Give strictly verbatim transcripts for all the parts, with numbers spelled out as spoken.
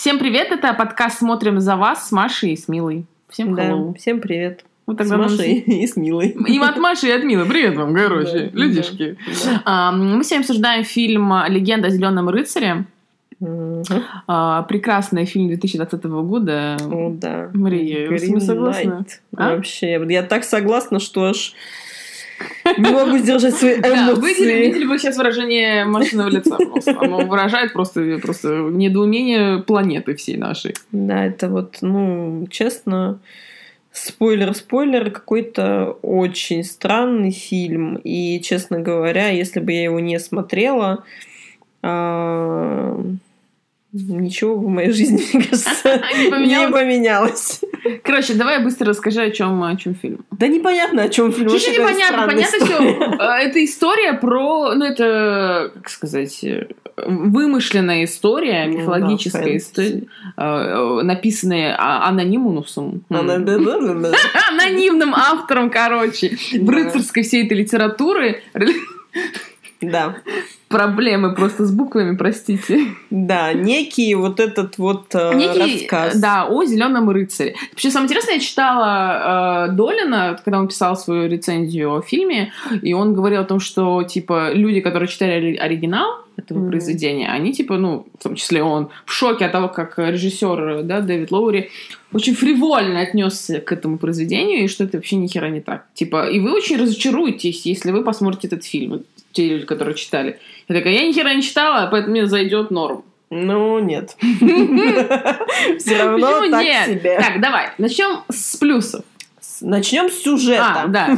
Всем привет, это подкаст «Смотрим за вас» с Машей и с Милой. Всем hello. Да, всем привет. Вот с Машей нам... и с Милой. И от Маши, и от Милы. Привет вам, короче, да, людишки. Да. А, мы сегодня обсуждаем фильм «Легенда о зеленом рыцаре». Mm-hmm. А, прекрасный фильм две тысячи двадцатого года. О, да. Мария, вы с ним согласны? А? Вообще, я так согласна, что аж... Не могу сдержать свои эмоции. Да, вы видели бы сейчас выражение Машиного лица просто. Оно выражает просто, просто недоумение планеты всей нашей. Да, это вот, ну, честно, спойлер-спойлер, какой-то очень странный фильм. И, честно говоря, если бы я его не смотрела, а... ничего в моей жизни, мне кажется, не поменялось. Короче, давай быстро расскажи, о чем, о чем фильм. Да непонятно, о чем фильм. Что непонятно? Понятно все. Это история про, ну это, как сказать, вымышленная история, мифологическая ну, да, история, написанная анонимусом. Анонимным автором, короче, в рыцарской всей этой литературы. Да. Проблемы просто с буквами, простите. Да, некий вот этот вот э, некий, рассказ. Да, о зеленом рыцаре. Вообще, самое интересное, я читала э, Долина, когда он писал свою рецензию о фильме, и он говорил о том, что, типа, люди, которые читали оригинал этого mm-hmm. произведения, они, типа, ну, в том числе он, в шоке от того, как режиссер, да, Дэвид Лоури, очень фривольно отнесся к этому произведению, и что это вообще ни хера не так. Типа, и вы очень разочаруетесь, если вы посмотрите этот фильм, те люди, которые читали. Я такая, я ни хера не читала, поэтому мне зайдет норм. Ну, нет. Все равно так себе. Так, давай, начнем с плюсов. Начнем с сюжета. А, да.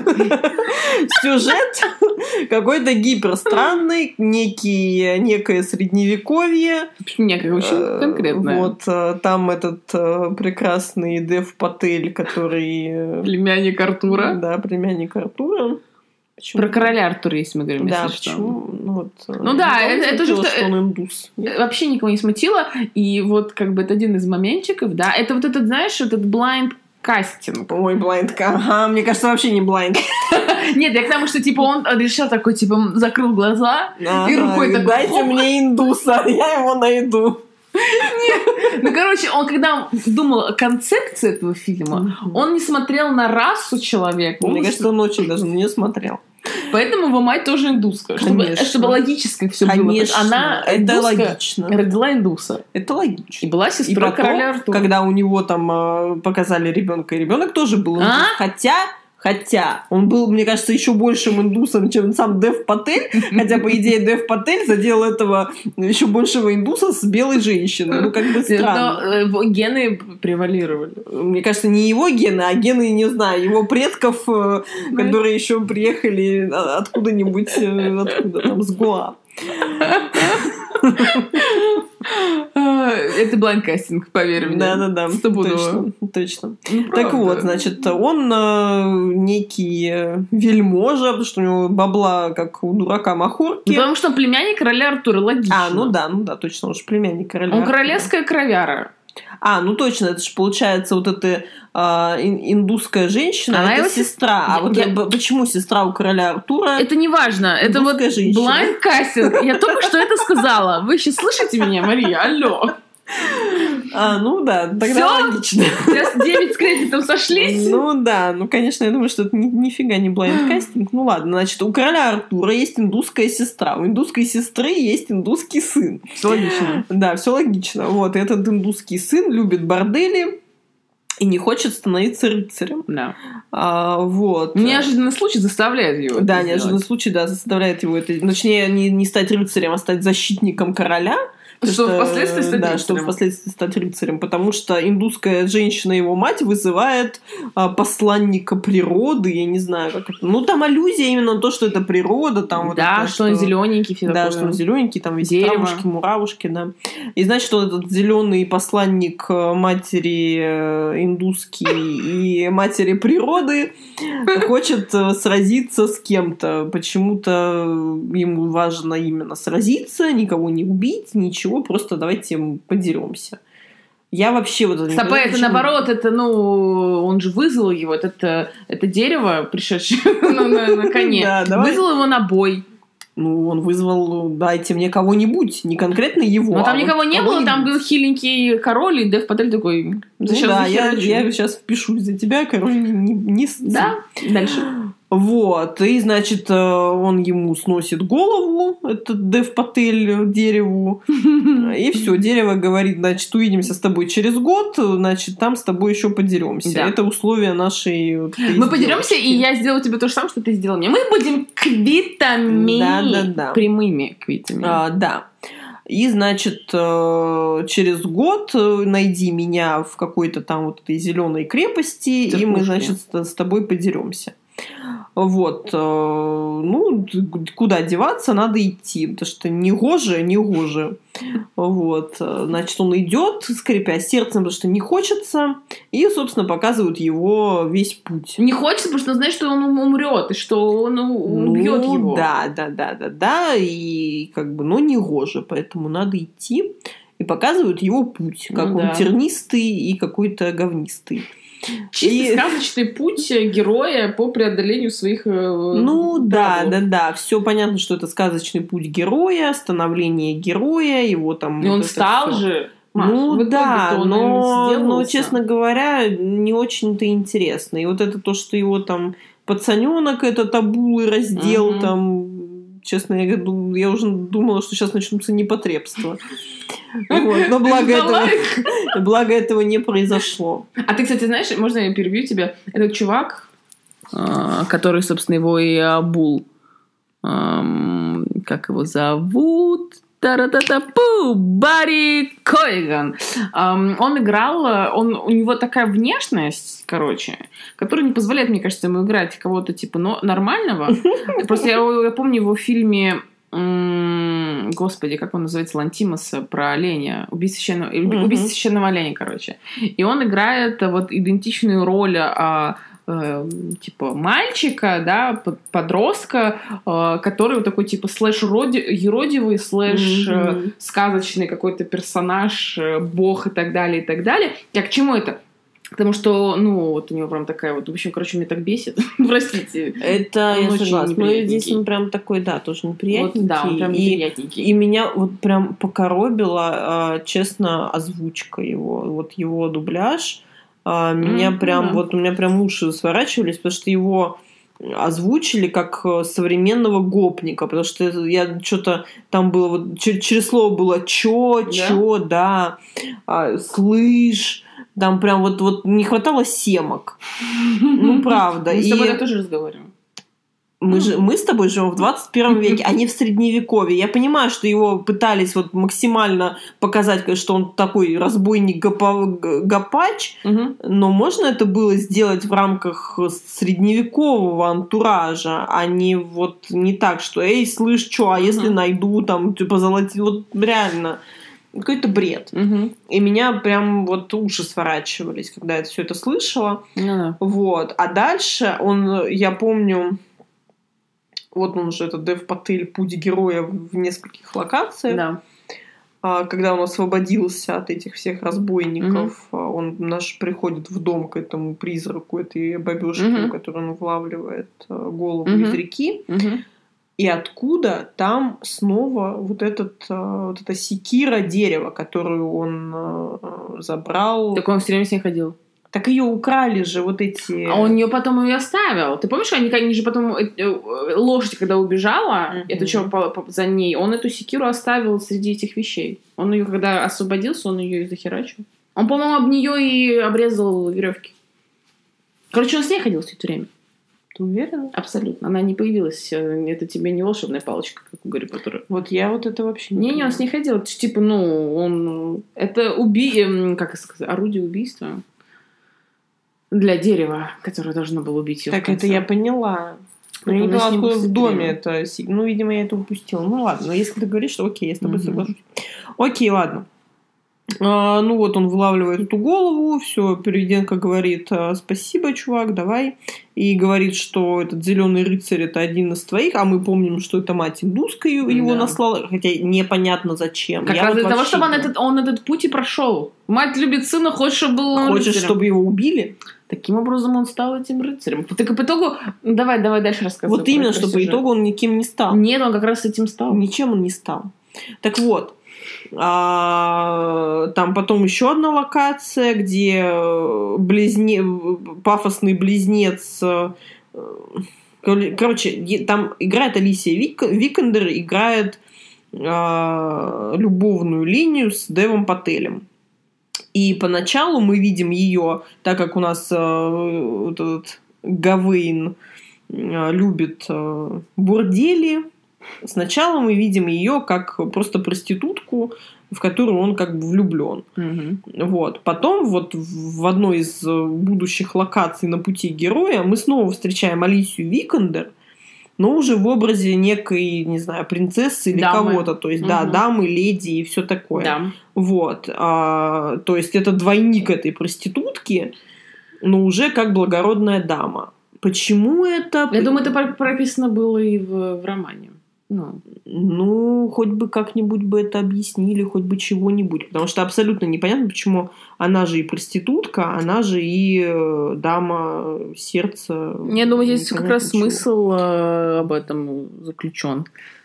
Сюжет какой-то гиперстранный, некий, некое средневековье. Некое очень конкретное. Вот там этот прекрасный Дев Патель, который... Племянник Артура. Да, племянник Артура. Почему? Про короля Артура, если мы говорим. Да, если почему? Ну, вот, ну да, это, это же... Что он индус. Вообще никого не смутило. И вот как бы это один из моментчиков, да. Это вот этот, знаешь, этот blind кастинг. Ой, blind кастинг. Ага, мне кажется, вообще не blind. Нет, я к тому, что типа он решил такой, типа, закрыл глаза и рукой такой... Дайте мне индуса, я его найду. Нет. Ну, короче, он когда думал о концепции этого фильма, mm-hmm. он не смотрел на расу человека. Мне кажется, он очень даже на нее смотрел. Поэтому его мать тоже индуска. Чтобы, чтобы логически все было. Она это логично. Родила индуса. Это логично. И была сестрой короля Артура. Когда у него там э, показали ребенка, и ребенок тоже был индус. А? Хотя... Хотя он был, мне кажется, еще большим индусом, чем сам Дев Патель. Хотя, по идее, Дев Патель задел этого еще большего индуса с белой женщиной. Ну, как бы странно. Но гены превалировали. Мне кажется, не его гены, а гены, не знаю, его предков, которые еще приехали откуда-нибудь, откуда там, с Гоа. Это блайнд-кастинг, поверь мне. Да-да-да, точно, точно. Ну, так вот, значит, он э, некий вельможа, потому что у него бабла, как у дурака махорки. Ну, потому что он племянник короля Артура, логично. А, ну да, ну да, точно, он же племянник короля Он Артура. королевская кровяра. А, ну точно, это же получается вот эта а, индусская женщина, она это сестра. А я, вот я... почему сестра у короля Артура? Это не важно, это вот блайнд-кастинг. Я только что это сказала. Вы сейчас слышите меня, Мария? Алло. А, ну да, тогда всё? логично. Сейчас девять с кредитом сошлись. Ну да, ну конечно, я думаю, что это ни, нифига не блайнд-кастинг. Ну ладно, значит, у короля Артура есть индусская сестра, у индусской сестры есть индусский сын. Все логично. Да, все логично. Вот, этот индусский сын любит бордели и не хочет становиться рыцарем. Да. А, вот. Неожиданный случай заставляет его. Да, неожиданный случай, да, заставляет его это. Точнее, не, не стать рыцарем, а стать защитником короля. Чтобы впоследствии стать да, рыцарем. чтобы впоследствии стать рыцарем. Потому что индусская женщина, его мать, вызывает а, посланника природы. Я не знаю, как это. Ну, там аллюзия именно на то, что это природа. Там, да, вот это, что, что он зелененький, все да, такое. что он зелененький, там везде травушки, муравушки, да. И значит, он этот зеленый посланник матери индусский и матери природы хочет сразиться с кем-то. Почему-то ему важно именно сразиться, никого не убить, ничего. Просто давайте подеремся. Я вообще вот... Стоп, это почему... наоборот, это, ну, он же вызвал его, это, это дерево, пришедшее на коне, вызвал его на бой. Ну, он вызвал, дайте мне кого-нибудь, не конкретно его. Но там а никого вот не было, там был хиленький король, и Дев Патель такой... Ну да, я, я сейчас впишусь за тебя, король не, не, не Да, дальше. Вот, и, значит, он ему сносит голову, этот Дев Патель, дереву, и все, дерево говорит, значит, увидимся с тобой через год, значит, там с тобой еще подеремся. Да. Это условия нашей... Мы подеремся, и я сделаю тебе то же самое, что ты сделал мне. Мы будем квитами. Да, да, да. Прямыми квитами. А, да. И, значит, через год найди меня в какой-то там вот этой зеленой крепости, Церкушки. И мы, значит, с тобой подеремся. Вот. Ну, куда деваться, надо идти, потому что негоже, негоже. Вот. Значит, он идет, скрипя сердцем, потому что не хочется, и, собственно, показывают его весь путь. Не хочется, потому что он знает, что он умрет, и что он убьет ну, его. Да, да, да, да, да, и как бы, но негоже, поэтому надо идти, и показывают его путь, как ну, он да. тернистый и какой-то говнистый. Чистый и... сказочный путь героя по преодолению своих Ну э, да, да, да. Все понятно, что это сказочный путь героя, становление героя, его там. И вот он стал всё. Же. Маш, ну да, но, но, честно говоря, не очень-то интересно. И вот это то, что его там пацаненок этот обул и раздел угу. там. Честно, я, я уже думала, что сейчас начнутся непотребства. Вот. Но благо этого, благо этого не произошло. А ты, кстати, знаешь, можно я перебью тебя? Этот чувак, который, собственно, его и обул. Как его зовут? Та-ра-та-та-пу! Барри Койган. Um, он играл, он, у него такая внешность, короче, которая не позволяет, мне кажется, ему играть кого-то типа но, нормального. Просто я, я помню его в фильме, м- господи, как он называется, Лантимоса, про оленя, убийца священного, mm-hmm. убийца священного оленя, короче. И он играет вот идентичную роль а, типа мальчика, да, подростка, который вот такой типа слэш юродивый, слэш mm-hmm. сказочный какой-то персонаж, бог и так далее, и так далее. Я к чему это? Потому что, ну, вот у него прям такая вот, в общем, короче, меня так бесит. Простите. Это я согласна. Но здесь он прям такой, да, тоже неприятненький. Вот, да, он прям неприятненький. И, и меня вот прям покоробила, честно, озвучка его. Вот его дубляж. Uh, меня mm-hmm. прям, вот у меня прям уши сворачивались, потому что его озвучили как современного гопника, потому что я что-то там было, вот через слово было чё, чё, yeah. да, а, слышь, там прям вот, вот не хватало семок. Ну, правда. Мы с тобой тоже разговариваем. Мы, же, мы с тобой живем в двадцать первом веке, а не в средневековье. Я понимаю, что его пытались вот максимально показать, что он такой разбойник-гопач, угу. но можно это было сделать в рамках средневекового антуража, а не вот не так, что «Эй, слышь, что, а если угу. найду там, типа, золотить...» Вот реально... Какой-то бред. Угу. И меня прям вот уши сворачивались, когда я все это слышала. Ну, вот. А дальше он, я помню... Вот он же, этот Дев Патель, путь героя в нескольких локациях. Да. Когда он освободился от этих всех разбойников, угу. он наш приходит в дом к этому призраку, этой бабёшки, угу. которую он вылавливает голову угу. из реки. Угу. И откуда там снова вот, этот, вот эта секира дерева, которую он забрал. Так он все время с ней ходил. Так ее украли же вот эти... А он ее потом ее оставил. Ты помнишь, они, они же потом... Лошадь, когда убежала, mm-hmm. это что за ней, он эту секиру оставил среди этих вещей. Он ее, когда освободился, он ее и захерачил. Он, по-моему, об нее и обрезал веревки. Короче, он с ней ходил все это время. Ты уверена? Абсолютно. Она не появилась. Это тебе не волшебная палочка, как у Гарри Поттера. Вот я вот это вообще не Не-не, он с ней ходил. Это, типа, ну, он... Это уби... Как сказать? Орудие убийства. Для дерева, которое должно было убить ее. Так это я поняла. Но я не поняла, откуда в доме это... Ну, видимо, я это упустила. Ну, ладно. Но если ты говоришь, что окей, я с тобой угу. соглашусь. Окей, ладно. А, ну вот он вылавливает эту голову, все, Переведенко говорит: спасибо, чувак, давай. И говорит, что этот зеленый рыцарь это один из твоих, а мы помним, что это мать индусская его да. наслала, хотя непонятно зачем. Как Я раз вот для того, чтобы он этот, он этот путь и прошел. Мать любит сына, хочет, чтобы был Хочет, рыцарем. Чтобы его убили? Таким образом он стал этим рыцарем. Так и по итогу... Давай, давай дальше рассказывай. Вот именно, что по итогу он никем не стал. Нет, он как раз этим стал. Ничем он не стал. Так вот, а, там потом еще одна локация, где близне... пафосный близнец... Короче, там играет Алисия Вик... Викандер, играет а, любовную линию с Девом Пателем. И поначалу мы видим ее, так как у нас э, вот этот Гавейн э, любит э, бордели, сначала мы видим ее как просто проститутку, в которую он как бы влюблен. Mm-hmm. Вот. Потом вот в одной из будущих локаций на пути героя мы снова встречаем Алисию Викандер, но уже в образе некой, не знаю, принцессы или дамы. Кого-то. То есть, угу. да, дамы, леди и все такое. Да. Вот. А, то есть, это двойник этой проститутки, но уже как благородная дама. Почему это... Я думаю, это прописано было и в, в романе. Ну. ну, хоть бы как-нибудь бы это объяснили, хоть бы чего-нибудь. Потому что абсолютно непонятно, почему она же и проститутка, она же и э, дама сердца. Я думаю, здесь как раз чего. Смысл э, об этом заключен.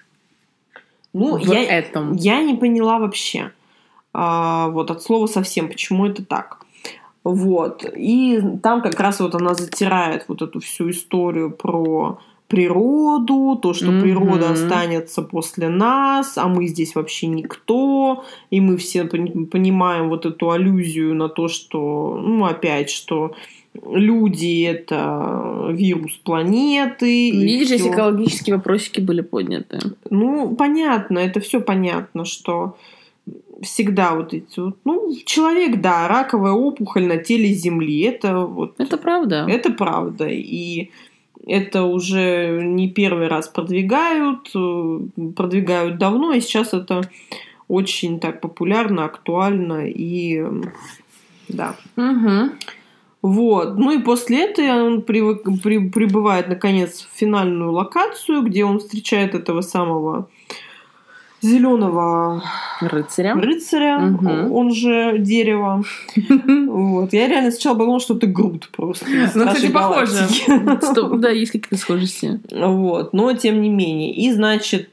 Ну, в я, этом. я не поняла вообще. А, вот от слова совсем, почему это так. Вот. И там как раз вот она затирает вот эту всю историю про... природу, то, что mm-hmm. природа останется после нас, а мы здесь вообще никто, и мы все понимаем вот эту аллюзию на то, что, ну, опять, что люди — это вирус планеты. Видишь, здесь экологические вопросики были подняты. Ну, понятно, это все понятно, что всегда вот эти вот, ну, человек, да, раковая опухоль на теле Земли, это вот... Это правда. Это правда, и это уже не первый раз продвигают, продвигают давно, и сейчас это очень так популярно, актуально, и да. Угу. Вот. Ну и после этого он привык, при, прибывает, наконец, в финальную локацию, где он встречает этого самого зеленого рыцаря, рыцаря угу. он же дерево. Вот. Я реально сначала подумала, что это Грут просто. Ну, кстати, похоже. Да, есть какие-то схожести. Вот. Но тем не менее. И, значит,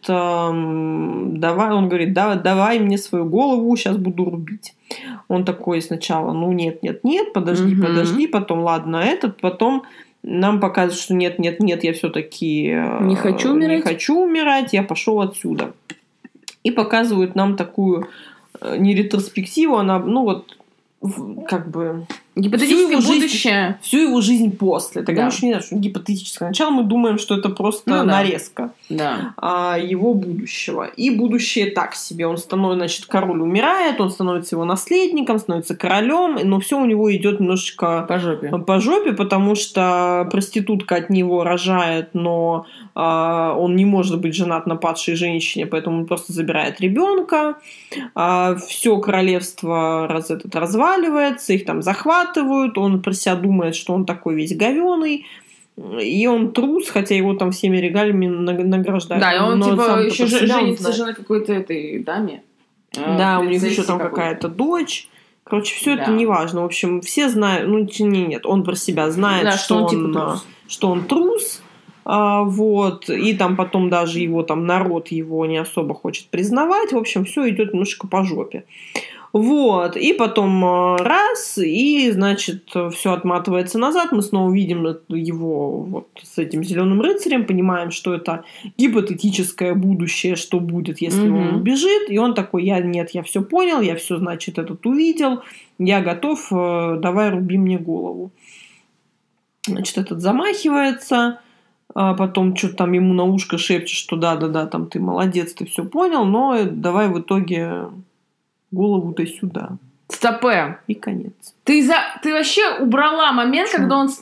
давай, он говорит, давай мне свою голову, сейчас буду рубить. Он такой сначала, ну нет, нет, нет, подожди, подожди, потом, ладно, этот, потом нам показывают, что нет, нет, нет, я все-таки не хочу умирать, не хочу умирать, я пошел отсюда. И показывают нам такую не ретроспективу, она, ну вот, как бы... Гипотетическое будущее. Жизнь, всю его жизнь после. Так, да. Конечно, не знаю, что гипотетическое. Сначала мы думаем, что это просто ну, нарезка да. а, его будущего. И будущее так себе. Он становится, значит, король умирает, он становится его наследником, становится королем, но все у него идет немножечко по жопе. по жопе, потому что проститутка от него рожает, но а, он не может быть женат на падшей женщине, поэтому он просто забирает ребенка. А, все королевство раз этот разваливается, их там захватывают. Он про себя думает, что он такой весь говёный, и он трус, хотя его там всеми регалиями награждают. Да, и он, но типа еще женится же на какой-то этой даме. Да, у них еще там какая-то дочь. Короче, все да. это не важно. В общем, все знают, ну, не, нет, он про себя знает, да, что, что, он, он, типа, трус. что он трус. А, вот, и там потом даже его там народ его не особо хочет признавать. В общем, все идет немножко по жопе. Вот, и потом раз, и, значит, все отматывается назад, мы снова видим его вот с этим зеленым рыцарем, понимаем, что это гипотетическое будущее, что будет, если mm-hmm. он убежит, и он такой, я нет, я все понял, я все, значит, этот увидел, я готов, давай руби мне голову. Значит, этот замахивается, а потом что-то там ему на ушко шепчет, что да-да-да, там ты молодец, ты все понял, но давай в итоге... голову-то сюда. Стопэ. И конец. Ты, за... ты вообще убрала момент, Почему? Когда он...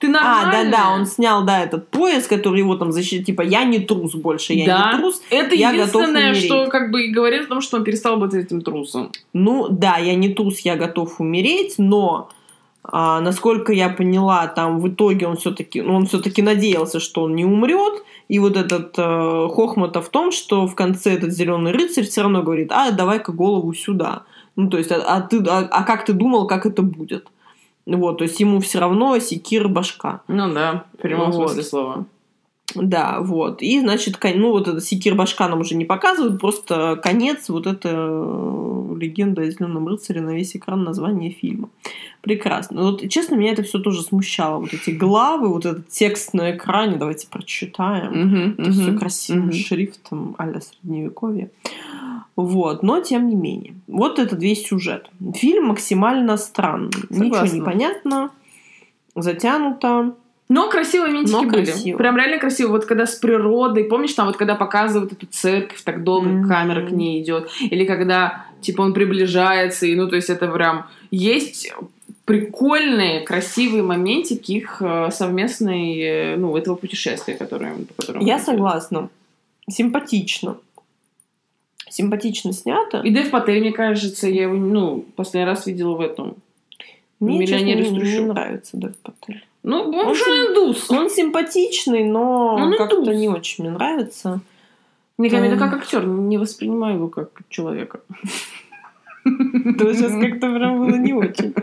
Ты нормальная? А, да-да, он снял, да, этот пояс, который его там защитил, типа, я не трус больше, я да. не трус, это я готов единственное, умереть. что как бы и говорит о том, что он перестал быть этим трусом. Ну, да, я не трус, я готов умереть, но... А, насколько я поняла, там в итоге он все-таки, ну, он все-таки надеялся, что он не умрет. И вот этот э, хохма-то в том, что в конце этот зеленый рыцарь все равно говорит: а давай-ка голову сюда. Ну, то есть, а, а ты, а, а как ты думал, как это будет? Вот, то есть ему все равно секира башка. Ну да, в прямом вот. смысле слова. Да, вот. И, значит, ну, вот эта секир башка нам уже не показывают, просто конец, вот это легенда о зеленом рыцаре на весь экран, название фильма. Прекрасно. Вот, честно, меня это все тоже смущало. Вот эти главы, вот этот текст на экране, давайте прочитаем. Uh-huh, это uh-huh, все красивым uh-huh. шрифтом а-ля Средневековье. Вот, но тем не менее. Вот это весь сюжет. Фильм максимально странный. Согласна. Ничего не понятно, затянуто. Но красивые моментики Но были. красиво. Прям реально красиво. Вот когда с природой, помнишь, там вот когда показывают эту церковь, так долго mm-hmm. камера к ней идет, или когда типа он приближается, и ну то есть это прям есть прикольные, красивые моментики их совместной, ну этого путешествия, которое. которое Я согласна. Симпатично. Симпатично снято. И Дэв Патель, мне кажется, я его, ну, последний раз видела в этом. Мне, «Миллионере честно, из не, не трущоб». нравится Дэв Патель. Ну, он, он же сим... индус. Он симпатичный, но он как-то индус. не очень мне нравится. Мне кажется, как актер, не воспринимаю его как человека. Это сейчас как-то прям было не очень.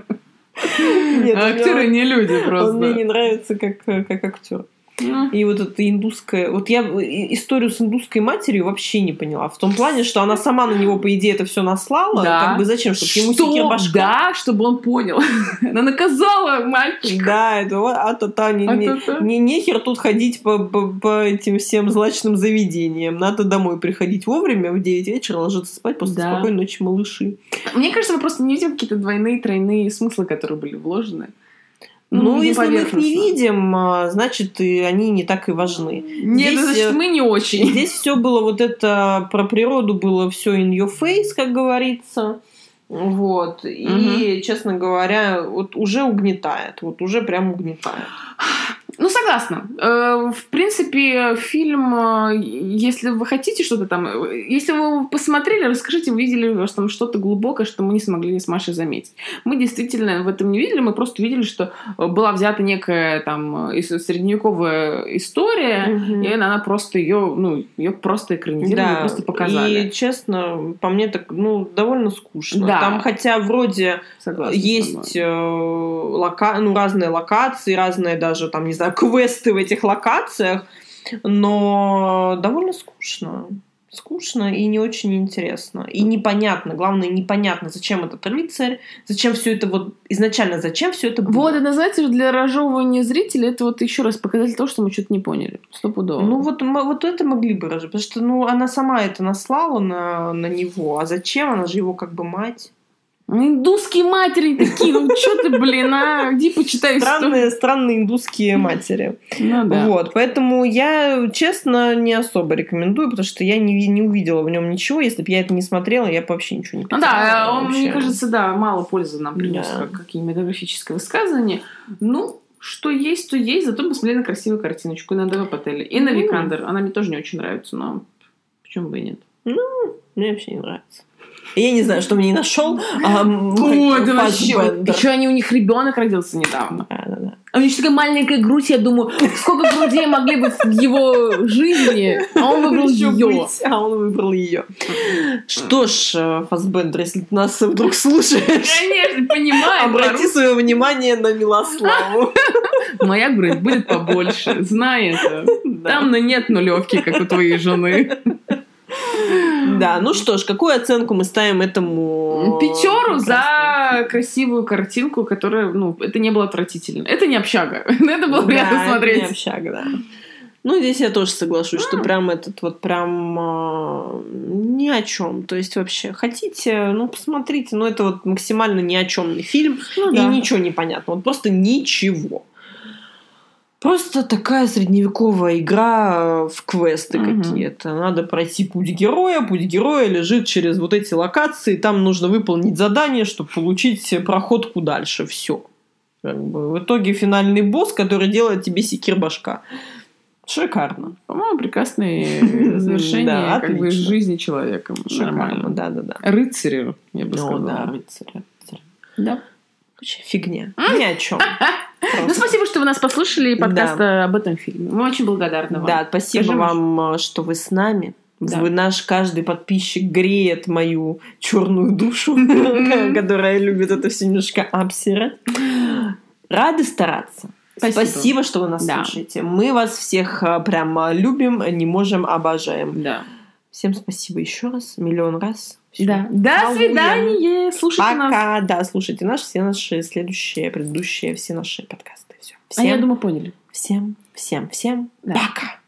Актеры не люди просто. Он мне не нравится как актер. И вот эта индусская... Вот я историю с индусской матерью вообще не поняла. В том плане, что она сама на него, по идее, это все наслала. Да. Как бы зачем? Чтобы ему Что? секир башка? Да, чтобы он понял. Она наказала мальчика. Да, это вот, а то та, не, не, не, нехер тут ходить по, по, по этим всем злачным заведениям. Надо домой приходить вовремя, в девять вечера ложиться спать, после да. спокойной ночи, малыши. Мне кажется, мы просто не видим какие-то двойные, тройные смыслы, которые были вложены. Ну, ну если мы их не видим, значит, и они не так и важны. Нет, здесь, значит, мы не очень. Здесь все было вот это про природу, было все in your face, как говорится. Вот. И, угу. честно говоря, вот уже угнетает. Вот уже прям угнетает. Ну, согласна. В принципе, фильм, если вы хотите что-то там... Если вы посмотрели, расскажите, вы видели что там что-то глубокое, что мы не смогли с Машей заметить. Мы действительно в этом не видели, мы просто видели, что была взята некая там средневековая история, угу. и она просто ее, ну, ее просто экранизировали, да. просто показали. И, честно, по мне так, ну, довольно скучно. Да. Там, хотя вроде Согласна есть э, лока... ну, разные локации, разные даже, там, не знаю, квесты в этих локациях, но довольно скучно. Скучно и не очень интересно. И непонятно. Главное, непонятно, зачем этот рыцарь, зачем все это вот... Изначально, зачем все это было. Вот, это, знаете, для разжевывания зрителей это вот еще раз показатель того, что мы что-то не поняли. Стопудово. Ну, вот, вот это могли бы разжевать. Потому что, ну, она сама это наслала на, на него. А зачем? Она же его как бы мать. Индусские матери такие, ну что ты, блин, а? Иди почитай странные, историю. Странные индусские матери. Ну, да. Вот, поэтому я, честно, не особо рекомендую, потому что я не, не увидела в нем ничего. Если бы я это не смотрела, я бы вообще ничего не поняла. Ну, да, он, мне кажется, да, мало пользы нам принес, да. как кинематографическое высказывание. Ну, что есть, то есть, зато посмотрели на красивую картиночку и на Дэва Пателя. И на Викандер. Она мне тоже не очень нравится, но почему бы и нет? Ну, мне вообще не нравится. Я не знаю, что мне не нашел. А, Ой, да вообще. Еще они, у них ребенок родился недавно. Да, да, да. А у них такая маленькая грудь, я думаю, сколько грудей могли быть в его жизни, а он выбрал ее. А он выбрал ее. Что ж, Фассбендер, если ты нас вдруг слушаешь, конечно, понимаю. Обрати свое внимание на Милославу. Моя грудь будет побольше, знай это. Там нет нулевки, как у твоей жены. Да, ну что ж, какую оценку мы ставим этому? Пятеру за красивую картинку, которая, ну, это не было отвратительно. Это не общага. Это было приятно да, смотреть. Это не общага, да. Ну, здесь я тоже соглашусь, что прям этот вот прям э, ни о чем. То есть вообще хотите, ну, посмотрите, но это вот максимально ни о чемный фильм, ну, и да. ничего не понятно. Вот просто ничего. Просто такая средневековая игра в квесты угу. какие-то. Надо пройти путь героя. Путь героя лежит через вот эти локации. Там нужно выполнить задание, чтобы получить проходку дальше. Все. Как бы, в итоге финальный босс, который делает тебе секир-башка. Шикарно. По-моему, прекрасное завершение как бы жизни человека. Шикарно, да-да-да. Рыцарю, я бы сказала. Ну да, рыцарю. Да. Короче, фигня. Ни о чем. Ну, спасибо, что вы нас послушали подкаст об этом фильме. Мы очень благодарны вам. Да, спасибо вам, что вы с нами. Вы наш каждый подписчик греет мою черную душу, которая любит это все немножко обсирать. Рады стараться. Спасибо. Спасибо, что вы нас да. слушаете. Мы вас всех прям любим, не можем, обожаем. Да. Всем спасибо еще раз, миллион раз. Всё. Да. До свидания. Слушайте Пока. нас. Да, слушайте наши, все наши следующие, предыдущие, все наши подкасты. Все. Всем, а я думаю, поняли. Всем, всем, всем. Да. Пока.